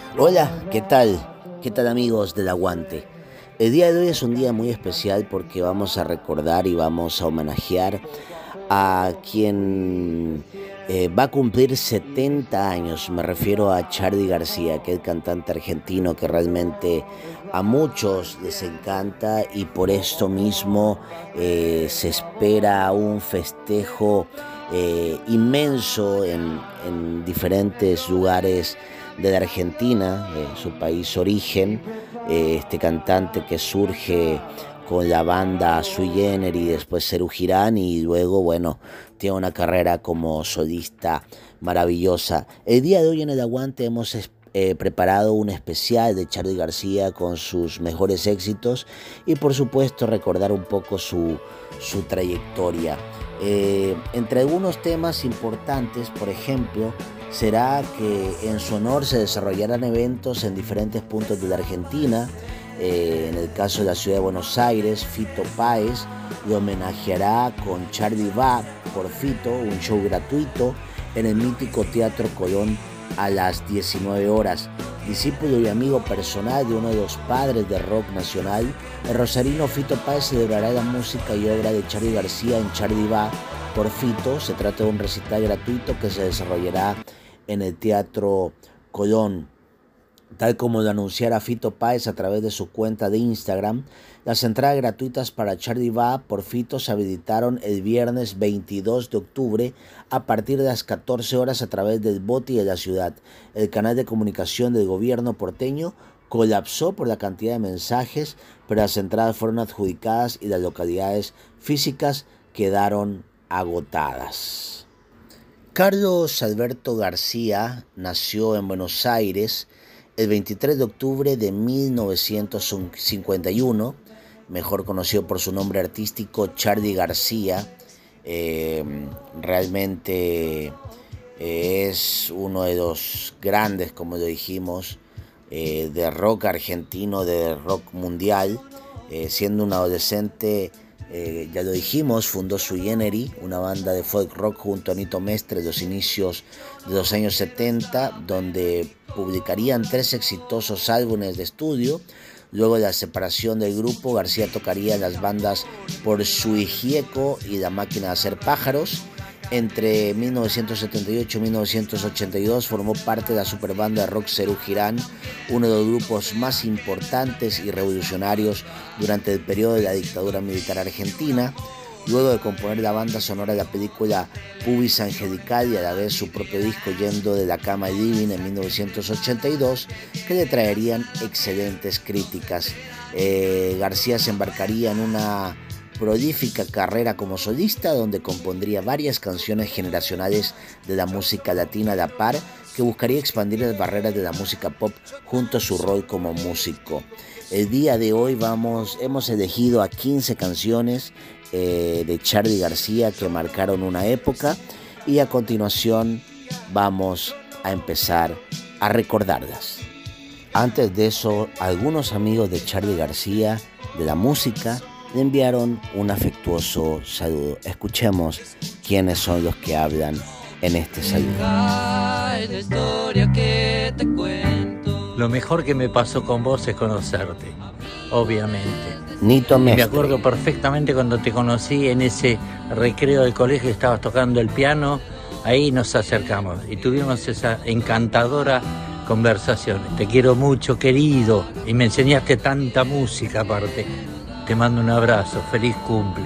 Hola, ¿qué tal? ¿Qué tal amigos del Aguante? El día de hoy es un día muy especial porque vamos a recordar y vamos a homenajear a quien va a cumplir 70 años. Me refiero a Charly García, aquel cantante argentino que realmente a muchos les encanta y por esto mismo se espera un festejo inmenso en diferentes lugares de la Argentina, su país origen, este cantante que surge con la banda Sui Generis, después Serú Girán y luego, bueno, tiene una carrera como solista maravillosa. El día de hoy en El Aguante hemos preparado un especial de Charly García con sus mejores éxitos y por supuesto recordar un poco su trayectoria. Entre algunos temas importantes, por ejemplo, será que en su honor se desarrollarán eventos en diferentes puntos de la Argentina. En el caso de la ciudad de Buenos Aires, Fito Páez lo homenajeará con Charly Va por Fito, un show gratuito en el mítico Teatro Colón a las 19 horas. Discípulo y amigo personal de uno de los padres del rock nacional, el rosarino Fito Páez celebrará la música y obra de Charly García en Charly Va por Fito. Se trata de un recital gratuito que se desarrollará en el Teatro Colón. Tal como lo anunciara Fito Páez a través de su cuenta de Instagram, las entradas gratuitas para Charly Va por Fito se habilitaron el viernes 22 de octubre a partir de las 14 horas a través del BOTI de la ciudad. El canal de comunicación del gobierno porteño colapsó por la cantidad de mensajes, pero las entradas fueron adjudicadas y las localidades físicas quedaron agotadas. Carlos Alberto García nació en Buenos Aires el 23 de octubre de 1951, mejor conocido por su nombre artístico Charly García. Realmente es uno de los grandes, como lo dijimos, de rock argentino, de rock mundial. Siendo un adolescente, ya lo dijimos, fundó Sui Generis, una banda de folk rock junto a Nito Mestre de los inicios de los años 70, donde publicarían 3 exitosos álbumes de estudio. Luego de la separación del grupo, García tocaría en las bandas Por Sui Gieco y La Máquina de Hacer Pájaros. Entre 1978 y 1982 formó parte de la superbanda de rock Serú Girán, uno de los grupos más importantes y revolucionarios durante el periodo de la dictadura militar argentina. Luego de componer la banda sonora de la película Pubis Angelical y a la vez su propio disco Yendo de la Cama al Living en 1982, que le traerían excelentes críticas. García se embarcaría en una prolífica carrera como solista, donde compondría varias canciones generacionales de la música latina a la par, que buscaría expandir las barreras de la música pop junto a su rol como músico. El día de hoy hemos elegido a 15 canciones de Charly García que marcaron una época y a continuación vamos a empezar a recordarlas. Antes de eso, algunos amigos de Charly García de la música le enviaron un afectuoso saludo. Escuchemos quiénes son los que hablan en este saludo. Lo mejor que me pasó con vos es conocerte, obviamente. Nito Mestre. Me acuerdo perfectamente cuando te conocí en ese recreo del colegio, estabas tocando el piano, ahí nos acercamos y tuvimos esa encantadora conversación. Te quiero mucho, querido, y me enseñaste tanta música aparte. Te mando un abrazo, feliz cumple.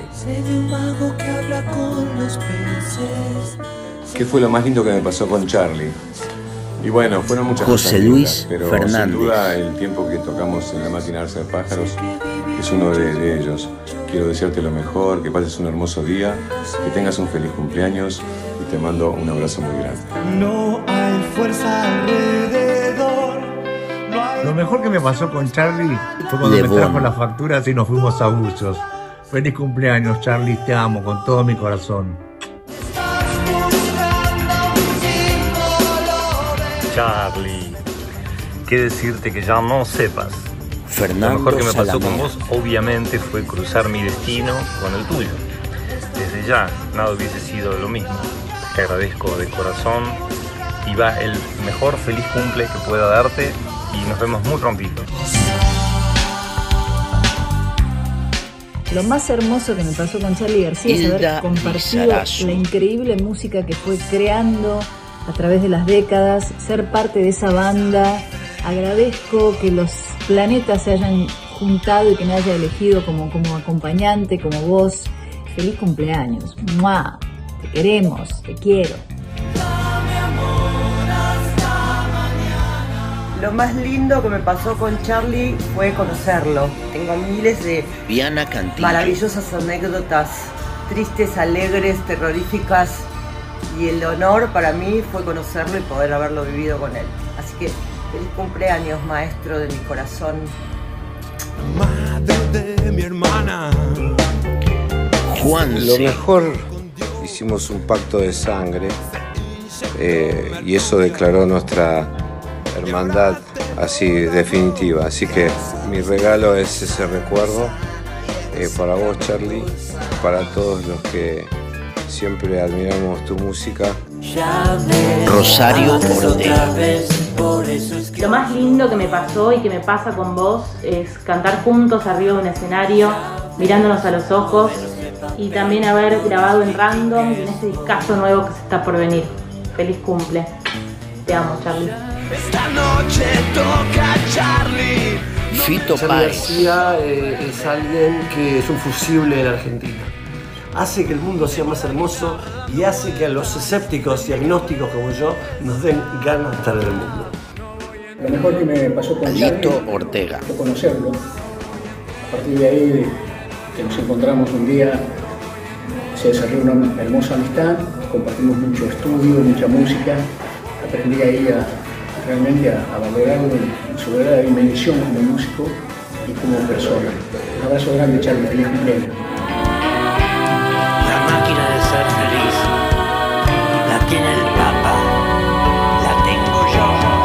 ¿Qué fue lo más lindo que me pasó con Charly? Y bueno, fueron muchas José cosas Luis lindas, pero Fernández. sin duda el tiempo que tocamos en La Máquina de Hacer Pájaros es uno de ellos. Quiero desearte lo mejor, que pases un hermoso día, que tengas un feliz cumpleaños y te mando un abrazo muy grande. No hay fuerza alrededor. Lo mejor que me pasó con Charly fue cuando me trajo las facturas y nos fuimos a Buzos. Feliz cumpleaños, Charly, te amo con todo mi corazón. Charly, qué decirte que ya no sepas. Fernando Lo mejor que me pasó Salamea. con vos, obviamente, fue cruzar mi destino con el tuyo. Desde ya, nada hubiese sido lo mismo. Te agradezco de corazón y va el mejor feliz cumple que pueda darte y nos vemos muy prontito. Lo más hermoso que me pasó con Charly García es haber compartido la increíble música que fue creando a través de las décadas, ser parte de esa banda. Agradezco que los planetas se hayan juntado y que me haya elegido como acompañante, como voz. Feliz cumpleaños. ¡Mua! Te queremos, te quiero. Lo más lindo que me pasó con Charly fue conocerlo. Tengo miles de maravillosas anécdotas, tristes, alegres, terroríficas, y el honor para mí fue conocerlo y poder haberlo vivido con él. Así que feliz cumpleaños, maestro de mi corazón. Madre de mi hermana. Juan, lo mejor, hicimos un pacto de sangre y eso declaró nuestra hermandad así definitiva. Así que mi regalo es ese recuerdo para vos, Charly, para todos los que siempre admiramos tu música. Rosario Ortega. Lo más lindo que me pasó y que me pasa con vos es cantar juntos arriba de un escenario, mirándonos a los ojos, y también haber grabado en Random y en este discazo nuevo que se está por venir. Feliz cumple. Te amo, Charly. Esta noche toca Charly. Fito Charly Páez. García es alguien que es un fusible en Argentina. Hace que el mundo sea más hermoso y hace que a los escépticos y agnósticos como yo nos den ganas de estar en el mundo. Lo mejor que me pasó con Charly Ortega fue conocerlo. A partir de ahí, que nos encontramos un día, se desarrolló una hermosa amistad, compartimos mucho estudio, mucha música. Aprendí ahí realmente a valorarlo en su verdadera dimensión como músico y como persona. Un abrazo grande, Charly, feliz cumpleaños. La máquina de ser feliz la tiene el Papa, la tengo yo.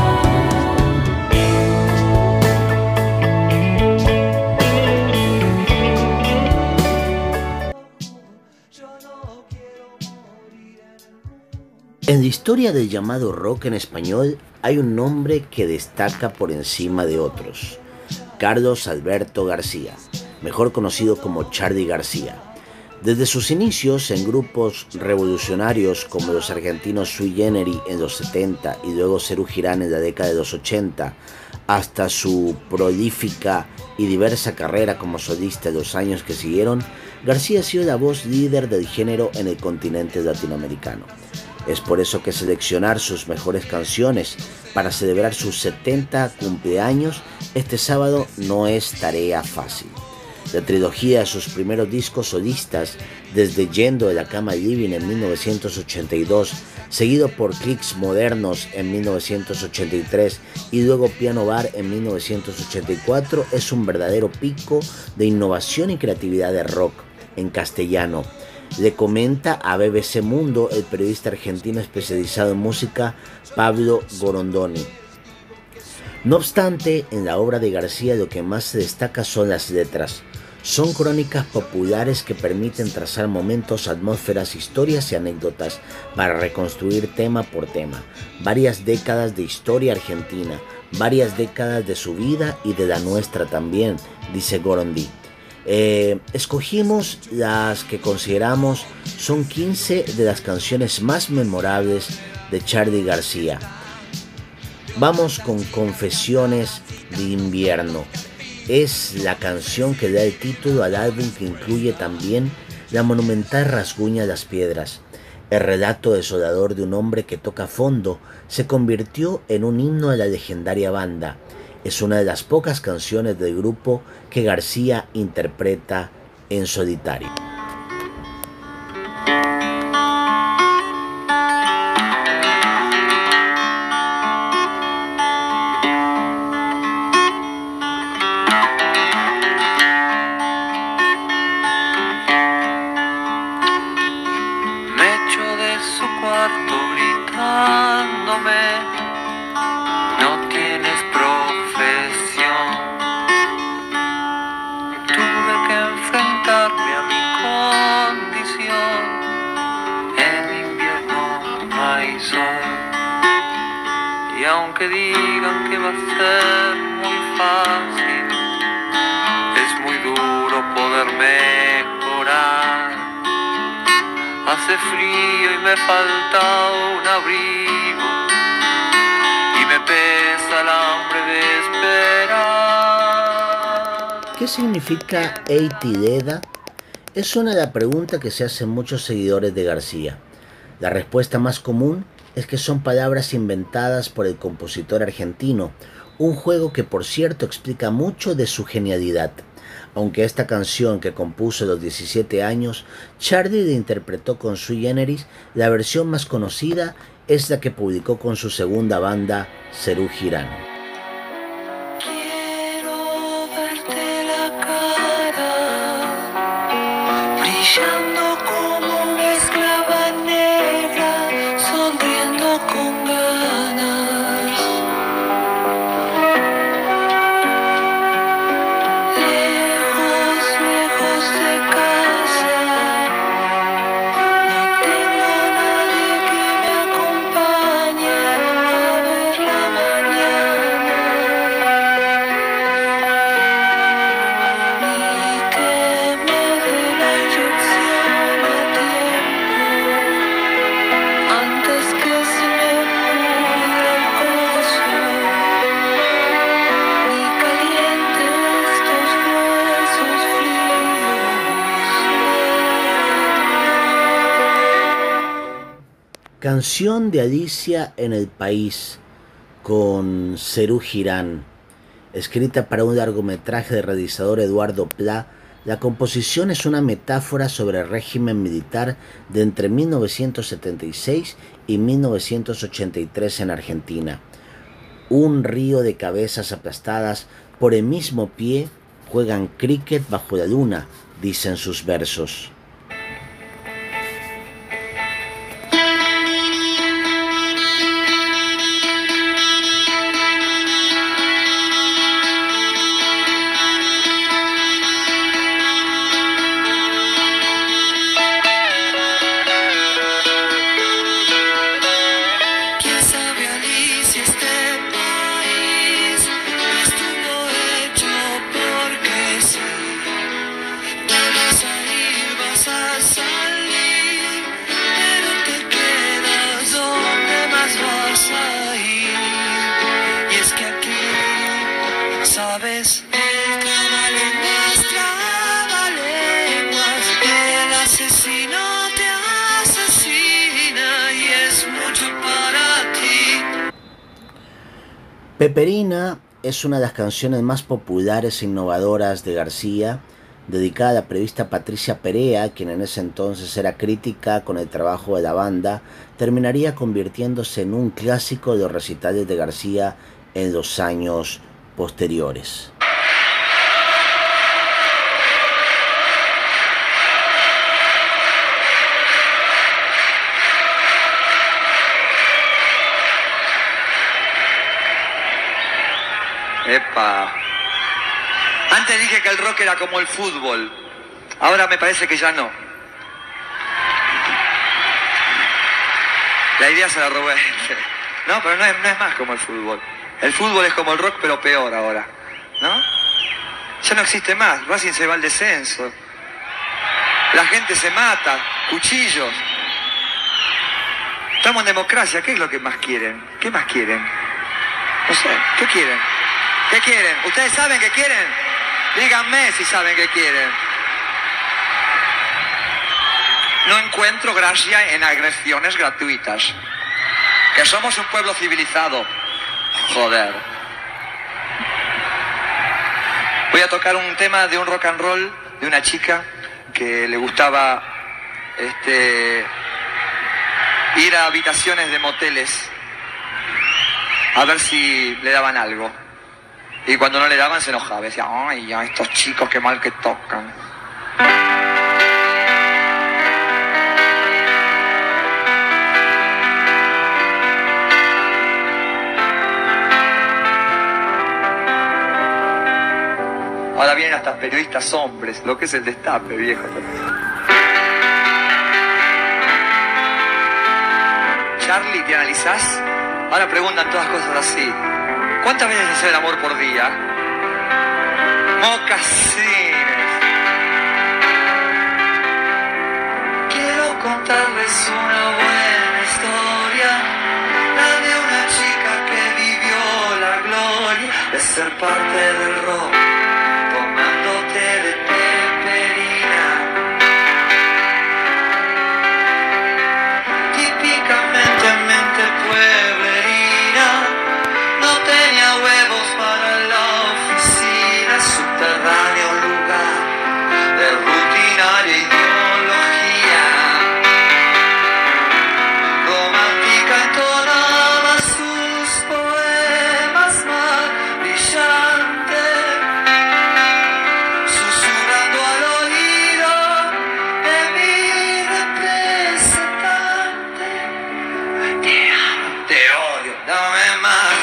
En la historia del llamado rock en español hay un nombre que destaca por encima de otros: Carlos Alberto García, mejor conocido como Charly García. Desde sus inicios en grupos revolucionarios como los argentinos Sui Generis en los 70 y luego Serú Girán en la década de los 80, hasta su prolífica y diversa carrera como solista en los años que siguieron, García ha sido la voz líder del género en el continente latinoamericano. Es por eso que seleccionar sus mejores canciones para celebrar sus 70 cumpleaños este sábado no es tarea fácil. La trilogía de sus primeros discos solistas, desde Yendo de la Cama al Living en 1982, seguido por Clics Modernos en 1983 y luego Piano Bar en 1984, es un verdadero pico de innovación y creatividad de rock en castellano. Le comenta a BBC Mundo el periodista argentino especializado en música Pablo Gorondoni. No obstante, en la obra de García lo que más se destaca son las letras. Son crónicas populares que permiten trazar momentos, atmósferas, historias y anécdotas para reconstruir tema por tema. Varias décadas de historia argentina, varias décadas de su vida y de la nuestra también, dice Gorondi. Escogimos las que consideramos son 15 de las canciones más memorables de Charly García. Vamos con Confesiones de Invierno. Es la canción que da el título al álbum, que incluye también la monumental Rasguña las Piedras. El relato desolador de un hombre que toca fondo se convirtió en un himno de la legendaria banda. Es una de las pocas canciones del grupo que García interpreta en solitario. Tuve que enfrentarme a mi corazón. Y aunque digan que va a ser muy fácil, es muy duro poder mejorar. Hace frío y me falta un abrigo, y me pesa el hambre de esperar. ¿Qué significa Eitideda? Es una de las preguntas que se hacen muchos seguidores de García. La respuesta más común es que son palabras inventadas por el compositor argentino, un juego que por cierto explica mucho de su genialidad. Aunque esta canción que compuso a los 17 años, Charly la interpretó con Sui Generis, la versión más conocida es la que publicó con su segunda banda, Serú Girán. Quiero verte la cara, brillando como una esclava negra, sonriendo con ganas. Lejos, lejos de casa, no tengo nadie que me acompañe a ver la mañana, ni que me dé la inyección a tiempo, antes que se me pudra el corazón, ni caliente estos huesos fríos. Canción de Alicia en el País, con Serú Girán. Escrita para un largometraje del realizador Eduardo Plá, la composición es una metáfora sobre el régimen militar de entre 1976 y 1983 en Argentina. Un río de cabezas aplastadas por el mismo pie juegan cricket bajo la luna, dicen sus versos. ¿Quién sabe, Alicia, este país no estuvo hecho porque sí? Te vas a ir, vas a salir, pero te quedas donde más vas a ir. Y es que aquí, ¿sabes? El trabalenguas, trabalenguas, el asesino te asesina y es mucho para ti. Peperina es una de las canciones más populares e innovadoras de García, dedicada a la periodista Patricia Perea, quien en ese entonces era crítica con el trabajo de la banda. Terminaría convirtiéndose en un clásico de los recitales de García en los años posteriores. Epa. Antes dije que el rock era como el fútbol. Ahora me parece que ya no. La idea se la robé. No, pero no es más como el fútbol. El fútbol es como el rock, pero peor ahora. ¿No? Ya no existe más. Racing se va al descenso. La gente se mata. Cuchillos. Estamos en democracia. ¿Qué es lo que más quieren? ¿Qué más quieren? No sé. ¿Qué quieren? ¿Qué quieren? ¿Ustedes saben qué quieren? Díganme si saben qué quieren. No encuentro gracia en agresiones gratuitas. Que somos un pueblo civilizado. Joder. Voy a tocar un tema de un rock and roll de una chica que le gustaba ir a habitaciones de moteles a ver si le daban algo. Y cuando no le daban se enojaba, decía, ay, ya estos chicos qué mal que tocan. Ahora vienen hasta periodistas hombres, lo que es el destape, viejo. Charly, ¿te analizás? Ahora preguntan todas cosas así. ¿Cuántas veces hace el amor por día? Mocasines. Quiero contarles una buena historia, la de una chica que vivió la gloria de ser parte del rock, tomando té de peperina. Típicamente mente pueblerina, no tenía huevos para la oficina, subterráneo lugar de rutinaria ideología. Romántica entonaba sus poemas más brillantes, susurrando al oído de mi representante. Te amo, te odio, dame más.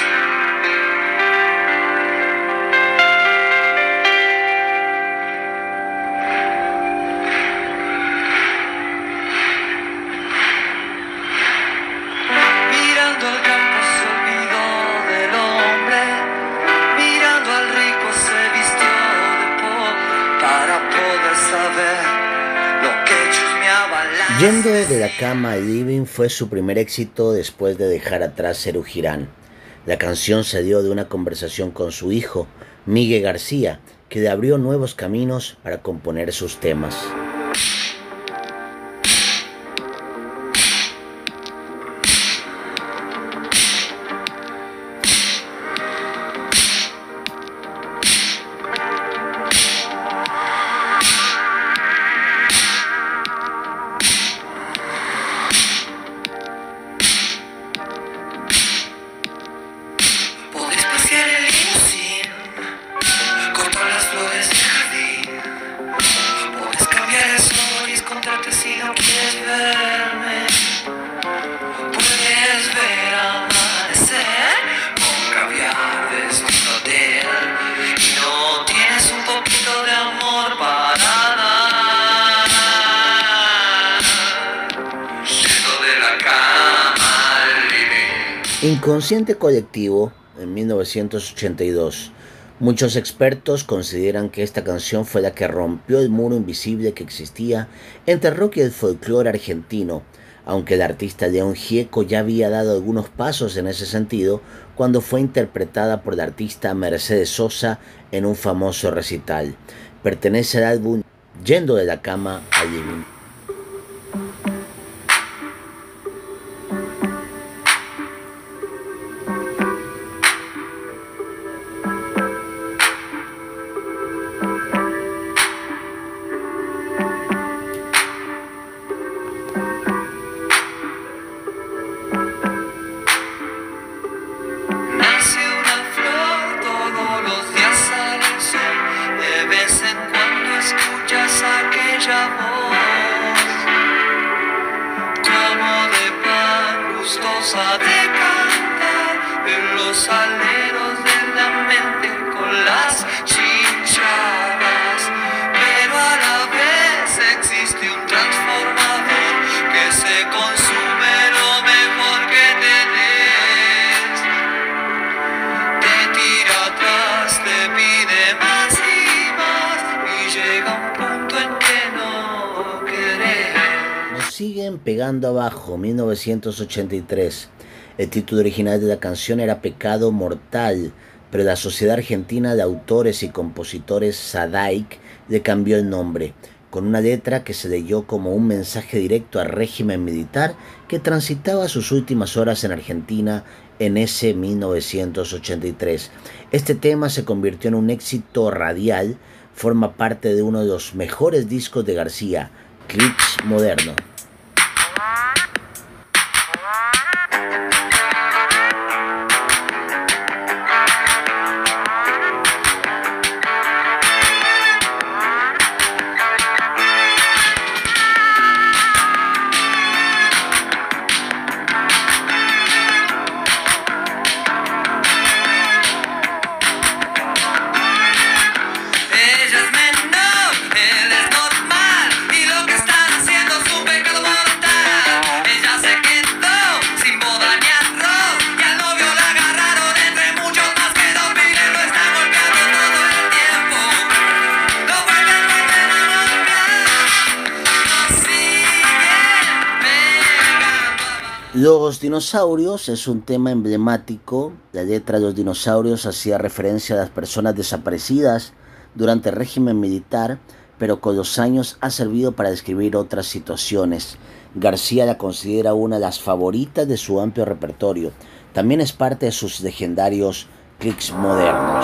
Mirando al campo se olvidó del hombre, mirando al rico se vistió de pobre para poder saber lo que chusmeaban las... Yendo de la cama al living fue su primer éxito después de dejar atrás Serú Girán. La canción se dio de una conversación con su hijo, Miguel García, que le abrió nuevos caminos para componer sus temas. Podés pasear en limusín, cortar las flores del jardín. Podés cambiar el sol y esconderte si no quieres verme. Puedes ver amanecer con caviar desde un hotel y no tienes un poquito de amor para dar. Yendo de la cama al living. Inconsciente Colectivo, en 1982. Muchos expertos consideran que esta canción fue la que rompió el muro invisible que existía entre el rock y el folclore argentino, aunque el artista León Gieco ya había dado algunos pasos en ese sentido cuando fue interpretada por la artista Mercedes Sosa en un famoso recital. Pertenece al álbum Yendo de la cama al living. Nace una flor, todos los días sale el sol, de vez en cuando escuchas aquella voz, como de pan gustosa de cantar en los aleros de la mente con las chinchadas, pero a la vez existe un transformador que se consume lo mejor que tenés. Te tira atrás, te pide más y más y llega un punto en que no querés. Nos siguen pegando abajo, 1983. El título original de la canción era Pecado Mortal, pero la Sociedad Argentina de Autores y Compositores SADAIC le cambió el nombre, con una letra que se leyó como un mensaje directo al régimen militar que transitaba sus últimas horas en Argentina en ese 1983. Este tema se convirtió en un éxito radial, forma parte de uno de los mejores discos de García, Clips Moderno. Ella es menor, él es normal y lo que están haciendo es un pecado. Los dinosaurios es un tema emblemático. La letra de los dinosaurios hacía referencia a las personas desaparecidas durante el régimen militar, pero con los años ha servido para describir otras situaciones. García la considera una de las favoritas de su amplio repertorio. También es parte de sus legendarios clics modernos.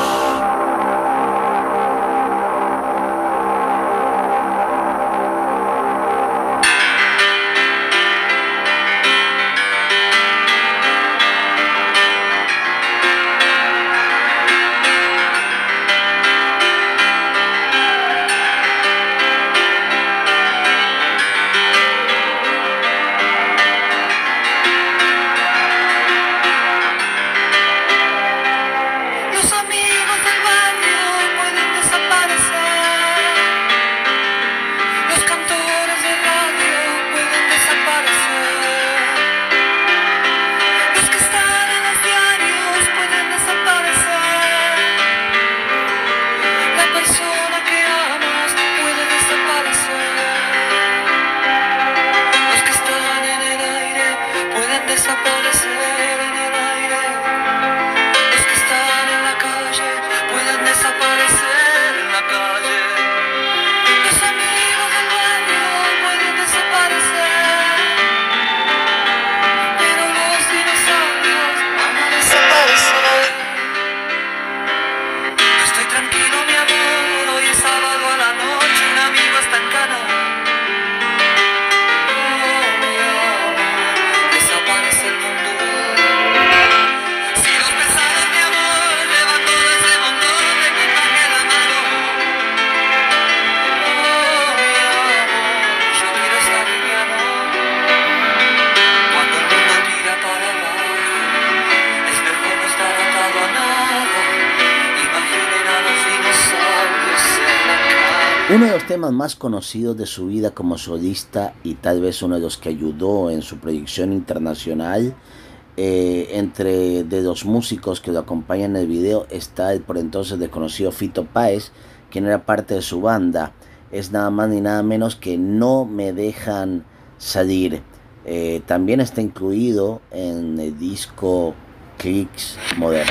Uno de los temas más conocidos de su vida como solista y tal vez uno de los que ayudó en su proyección internacional, entre de los músicos que lo acompañan en el video está el por entonces desconocido Fito Páez, quien era parte de su banda. Es nada más ni nada menos que No Me Dejan Salir. También está incluido en el disco Clics Modernos.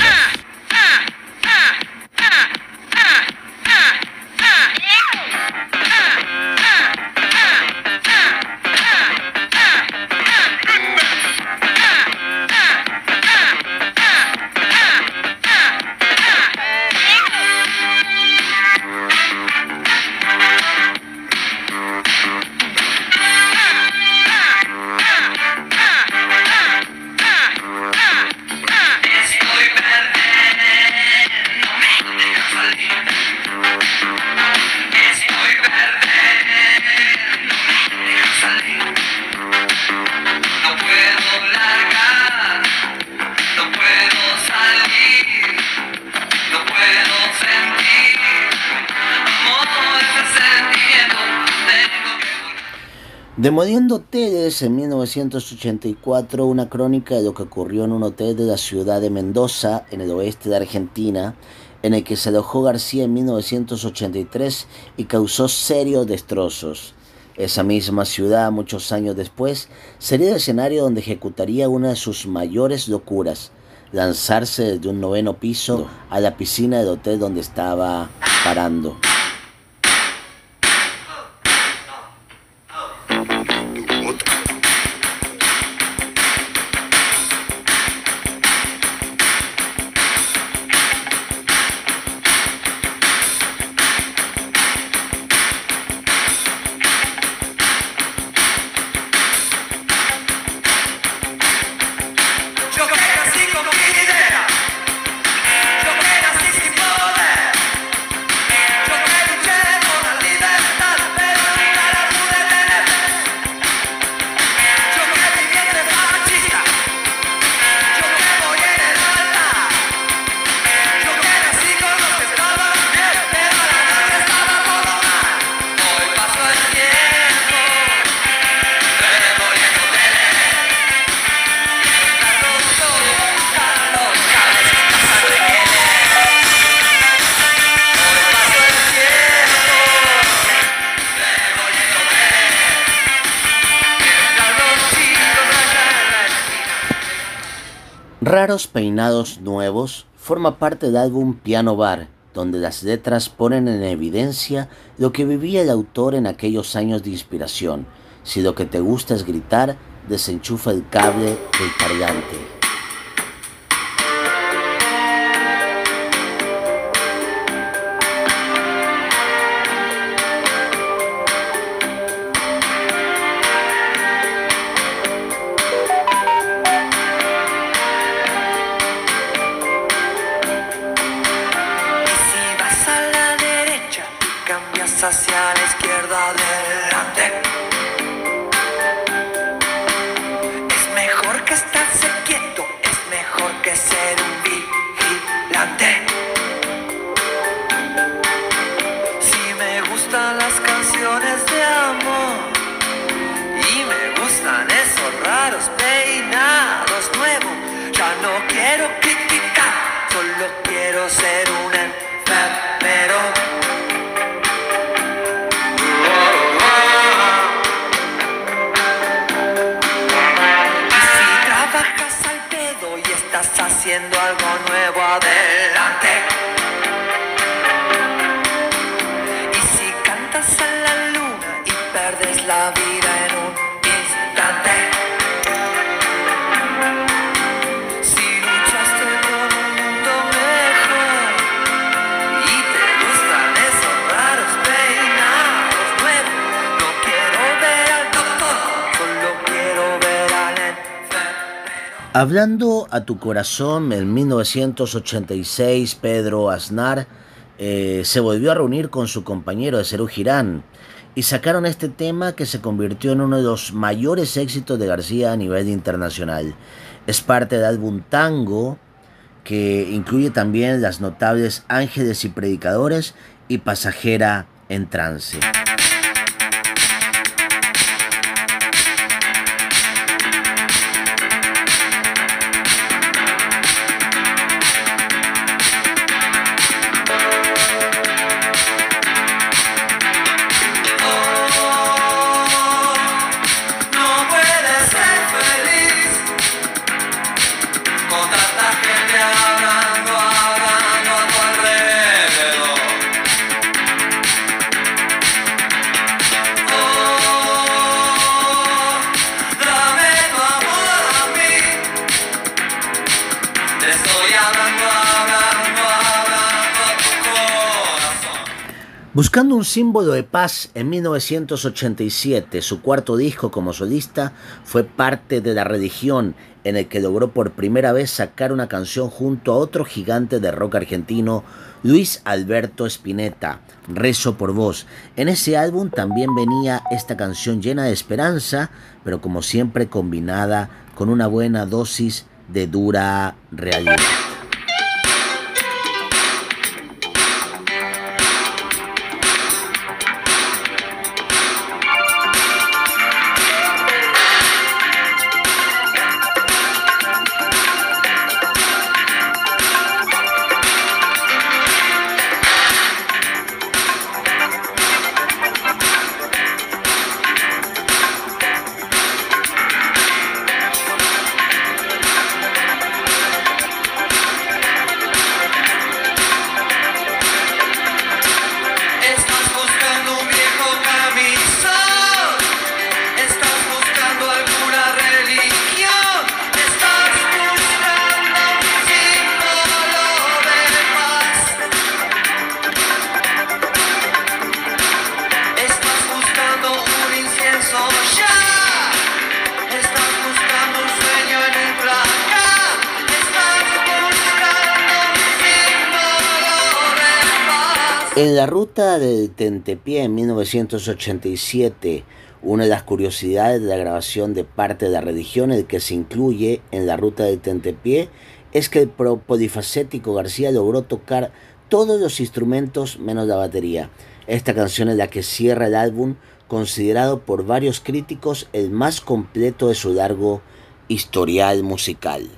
Demoliendo hoteles en 1984, una crónica de lo que ocurrió en un hotel de la ciudad de Mendoza, en el oeste de Argentina, en el que se alojó García en 1983 y causó serios destrozos. Esa misma ciudad, muchos años después, sería el escenario donde ejecutaría una de sus mayores locuras: lanzarse desde un 9º piso a la piscina del hotel donde estaba parando. Yo que nací sin poder, yo Raros peinados nuevos forma parte del álbum Piano Bar, donde las letras ponen en evidencia lo que vivía el autor en aquellos años de inspiración. Si lo que te gusta es gritar, desenchufa el cable del parlante. Hacia la izquierda adelante. Es mejor que estarse quieto, es mejor que ser un vigilante. Si me gustan las canciones de amor y me gustan esos raros peinados nuevos, ya no quiero criticar, solo quiero ser un enfermero. Haciendo algo nuevo, adelante. Y si cantas a la luna y perdes la vida en un instante. Si luchaste por un mundo mejor y te gustan esos raros peinados nuevos, no quiero ver al doctor, solo quiero ver al enfermero. Hablando a tu corazón, en 1986 Pedro Aznar se volvió a reunir con su compañero de Serú Girán y sacaron este tema que se convirtió en uno de los mayores éxitos de García a nivel internacional. Es parte del álbum Tango, que incluye también las notables Ángeles y Predicadores y Pasajera en Trance. Buscando un símbolo de paz, en 1987, su cuarto disco como solista fue Parte de la Religión, en el que logró por primera vez sacar una canción junto a otro gigante de rock argentino, Luis Alberto Spinetta, Rezo por Vos. En ese álbum también venía esta canción llena de esperanza, pero como siempre combinada con una buena dosis de dura realidad. En la ruta del Tentepié en 1987, una de las curiosidades de la grabación de Parte de la Religión, el que se incluye en la ruta del Tentepié, es que el polifacético García logró tocar todos los instrumentos menos la batería. Esta canción es la que cierra el álbum, considerado por varios críticos el más completo de su largo historial musical.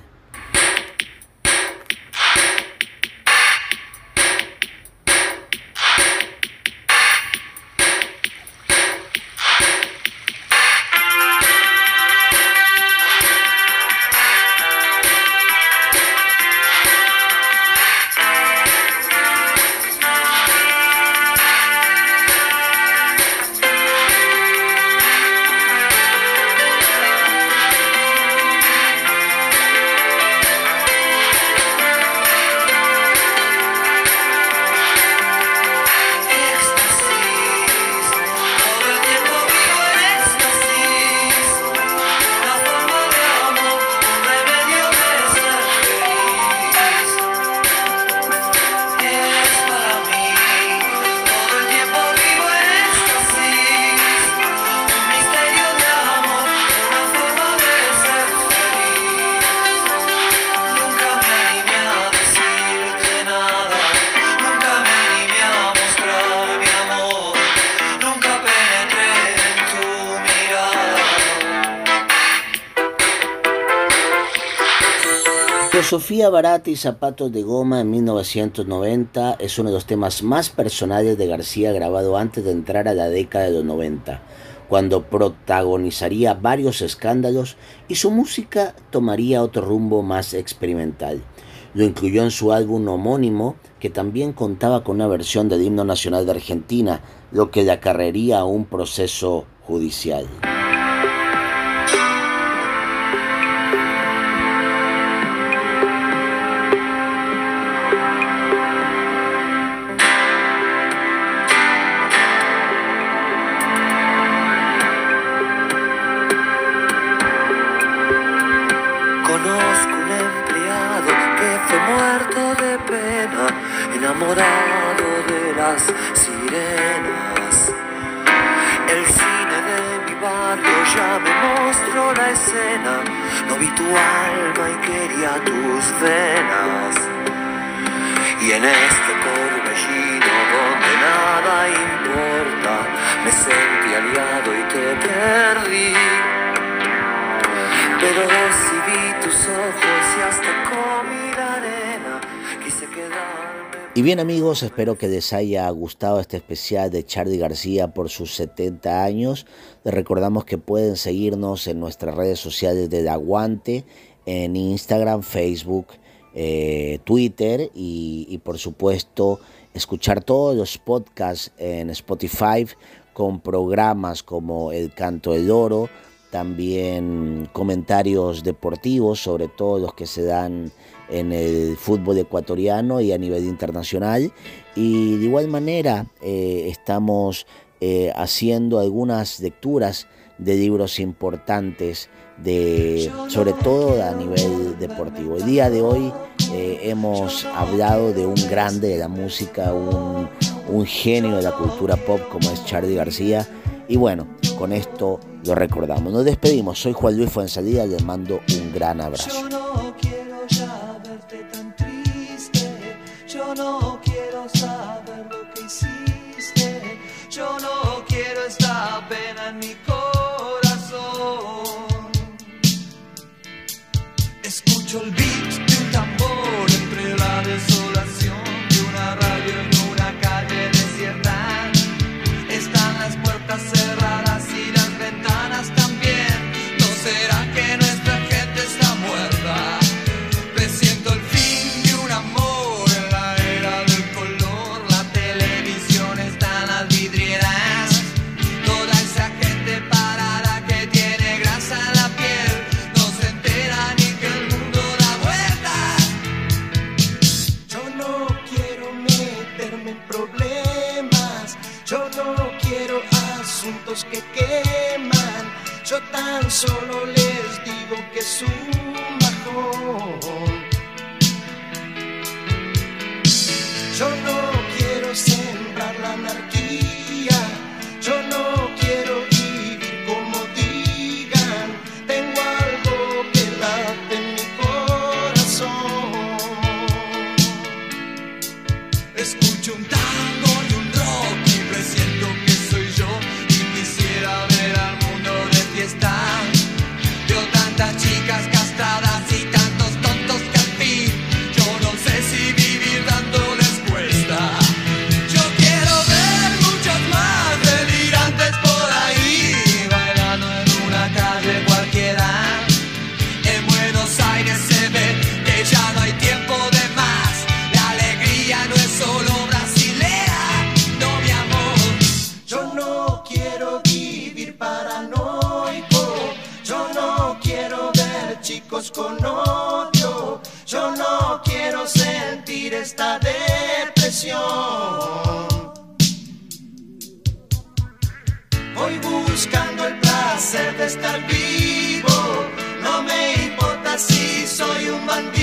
Filosofía barata y zapatos de goma en 1990 es uno de los temas más personales de García, grabado antes de entrar a la década de los 90, cuando protagonizaría varios escándalos y su música tomaría otro rumbo más experimental. Lo incluyó en su álbum homónimo, que también contaba con una versión del himno nacional de Argentina, lo que le acarrearía a un proceso judicial. Enamorado de las sirenas, el cine de mi barrio ya me mostró la escena. No vi tu alma y quería tus venas. Y en este torbellino donde nada importa, me sentí aliado y te perdí. Pero si vi tus ojos y hasta comí la arena, quise quedarme. Y bien amigos, espero que les haya gustado este especial de Charly García por sus 70 años. Les recordamos que pueden seguirnos en nuestras redes sociales del Aguante, en Instagram, Facebook, Twitter y por supuesto escuchar todos los podcasts en Spotify con programas como El Canto del Oro, también comentarios deportivos, sobre todo los que se dan en el fútbol ecuatoriano y a nivel internacional. Y de igual manera estamos haciendo algunas lecturas de libros importantes, sobre todo a nivel deportivo. El día de hoy hemos hablado de un grande de la música, un genio de la cultura pop como es Charly García. Y bueno, con esto lo recordamos. Nos despedimos. Soy Juan Luis Fuenzalida, les mando un gran abrazo. Yo no quiero ya verte tan triste. Yo no quiero saber lo que hiciste. Yo no quiero esta pena en mi corazón. Escucho el beat de un tambor entre la desolación de una radio en una calle desierta. Están las puertas cerradas y las ventanas también. ¿No será que nuestra gente está muerta? Presiento el fin de un amor en la era del color. La televisión está en las vidrieras. Toda esa gente parada que tiene grasa en la piel no se entera ni que el mundo da vueltas. Yo no quiero meterme en problemas. Yo no quiero asuntos que queman. Yo tan solo les digo que es un bajón. Yo no quiero sembrar la anarquía. Yo no quiero vivir como digan. Tengo algo que late en mi corazón. Escucho un tango y un rock y presiento que soy yo y quisiera ver al mundo de fiesta. Veo tantas chicas castradas y tantos tontos que al fin yo no sé si vivir dándoles cuesta. Yo quiero ver muchos más delirantes por ahí, bailando en una calle cualquiera. En Buenos Aires se ve que ya no hay tiempo de más. La alegría no es solo brasilera, no mi amor. Yo no quiero vivir paranoico. Yo no quiero ver chicos con odio. Yo no quiero sentir esta depresión. Voy buscando el placer de estar vivo. No me importa si soy un bandido.